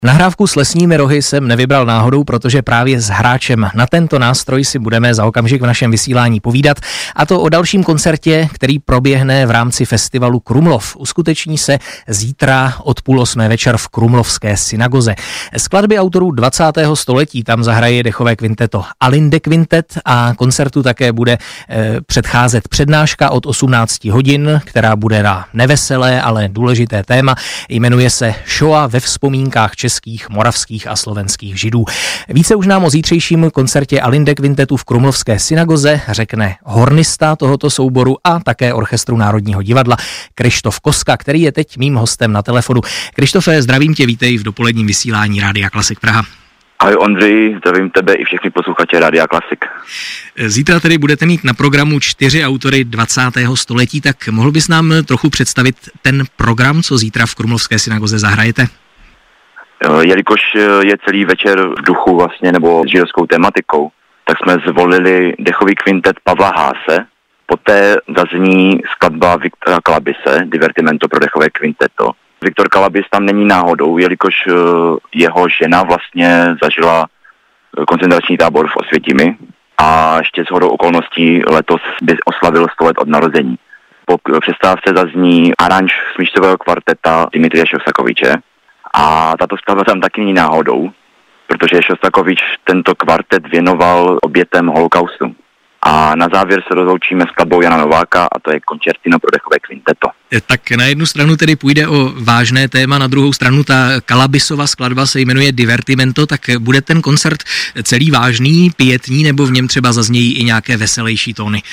Nahrávku s lesními rohy jsem nevybral náhodou, protože právě s hráčem na tento nástroj si budeme za okamžik v našem vysílání povídat, a to o dalším koncertě, který proběhne v rámci festivalu Krumlov. Uskuteční se zítra od 7:30 večer v Krumlovské synagoze. Skladby autorů 20. století tam zahraje dechové kvinteto Alinde Quintet a koncertu také bude předcházet přednáška od 18 hodin, která bude na neveselé, ale důležité téma. Jmenuje se Shoa ve vzpomínkách českých, moravských a slovenských židů. Více už nám o zítřejším koncertě Alinde Quintetu v Krumlovské synagoze řekne hornista tohoto souboru a také orchestru Národního divadla Krištof Koska, který je teď mým hostem na telefonu. Krištofe, zdravím tě, vítej v dopoledním vysílání Rádia Klasik Praha. Ahoj Ondřej, zdravím tebe i všechny posluchače Rádia Klasik. Zítra tedy budete mít na programu 4 autory 20. století, tak mohl bys nám trochu představit ten program, co zítra v Krumlovské synagoze zahrajete? Jelikož je celý večer v duchu vlastně nebo s židovskou tematikou, tak jsme zvolili dechový kvintet Pavla Haase, poté zazní skladba Viktora Kalabise, Divertimento pro dechové kvinteto. Viktor Kalabis tam není náhodou, jelikož jeho žena vlastně zažila koncentrační tábor v Osvětimi a ještě shodou okolností letos by oslavil 100 let od narození. Po přestávce zazní aranž smyčcového kvarteta Dimitrija Šostakoviče a tato skladba tam taky není náhodou, protože Šostakovič tento kvartet věnoval obětem holokaustu. A na závěr se rozloučíme skladbou Jana Nováka a to je Koncertino pro dechové kvinteto. Tak na jednu stranu tedy půjde o vážné téma, na druhou stranu ta Kalabisova skladba se jmenuje Divertimento, tak bude ten koncert celý vážný, pietní, nebo v něm třeba zaznějí i nějaké veselější tóny?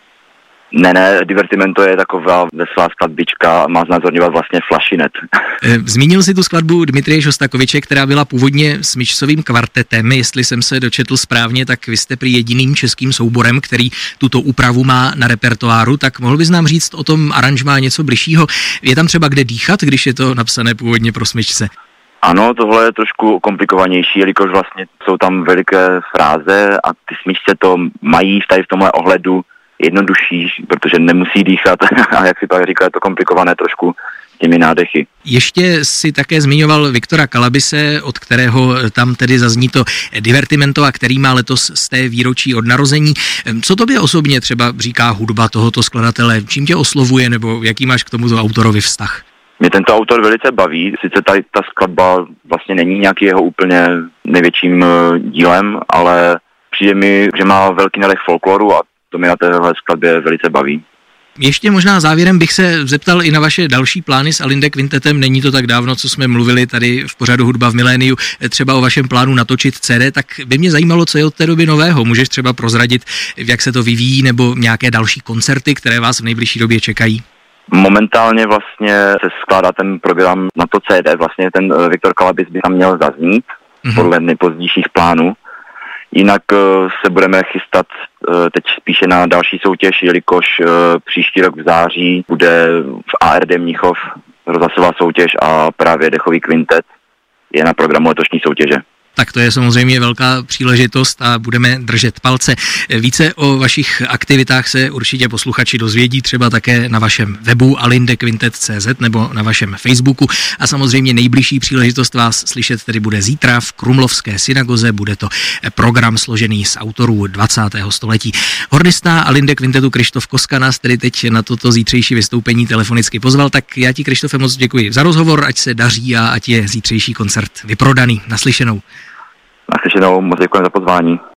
Ne, Divertimento je taková veselá skladbička, má znázorňovat vlastně Flašinet. Zmínil si tu skladbu Dmitrije Šostakoviče, která byla původně smyčcovým kvartetem, jestli jsem se dočetl správně, tak vy jste prý jediným českým souborem, který tuto úpravu má na repertoáru, tak mohl bys nám říct o tom aranžmá něco bližšího? Je tam třeba kde dýchat, když je to napsané původně pro smyčce? Ano, tohle je trošku komplikovanější, jelikož vlastně jsou tam veliké fráze a ty smyčce to mají tady v tomhle ohledu jednodušší, protože nemusí dýchat a jak si pak říká, je to komplikované trošku těmi nádechy. Ještě si také zmiňoval Viktora Kalabise, od kterého tam tedy zazní to Divertimento a který má letos z té výročí od narození. Co tobě osobně třeba říká hudba tohoto skladatele? Čím tě oslovuje nebo jaký máš k tomuto autorovi vztah? Mě tento autor velice baví, sice tady ta skladba vlastně není nějaký jeho úplně největším dílem, ale přijde mi, že má velký nádech folkloru a to mě na téhle skladbě velice baví. Ještě možná závěrem bych se zeptal i na vaše další plány s Alinde Quintetem. Není to tak dávno, co jsme mluvili tady v pořadu Hudba v miléniu, třeba o vašem plánu natočit CD, tak by mě zajímalo, co je od té doby nového. Můžeš třeba prozradit, jak se to vyvíjí, nebo nějaké další koncerty, které vás v nejbližší době čekají? Momentálně vlastně se skládá ten program na to CD, vlastně ten Viktor Kalabis by tam měl zaznít, podle nejpozdějších plánů. Jinak se budeme chystat teď spíše na další soutěž, jelikož příští rok v září bude v ARD Mnichov rozhlasová soutěž a právě dechový kvintet je na programu letošní soutěže. Tak to je samozřejmě velká příležitost a budeme držet palce. Více o vašich aktivitách se určitě posluchači dozvědí třeba také na vašem webu alindequintet.cz nebo na vašem Facebooku a samozřejmě nejbližší příležitost vás slyšet tedy bude zítra v Krumlovské synagoze. Bude to program složený z autorů 20. století. Hornista Alinde Quintetu Krištof Koska nás tedy teď na toto zítřejší vystoupení telefonicky pozval, tak já ti, Krištofe, moc děkuji za rozhovor, ať se daří a ať je zítřejší koncert vyprodaný. Naslyšenou. Naslyšenou, moc děkuji za pozvání.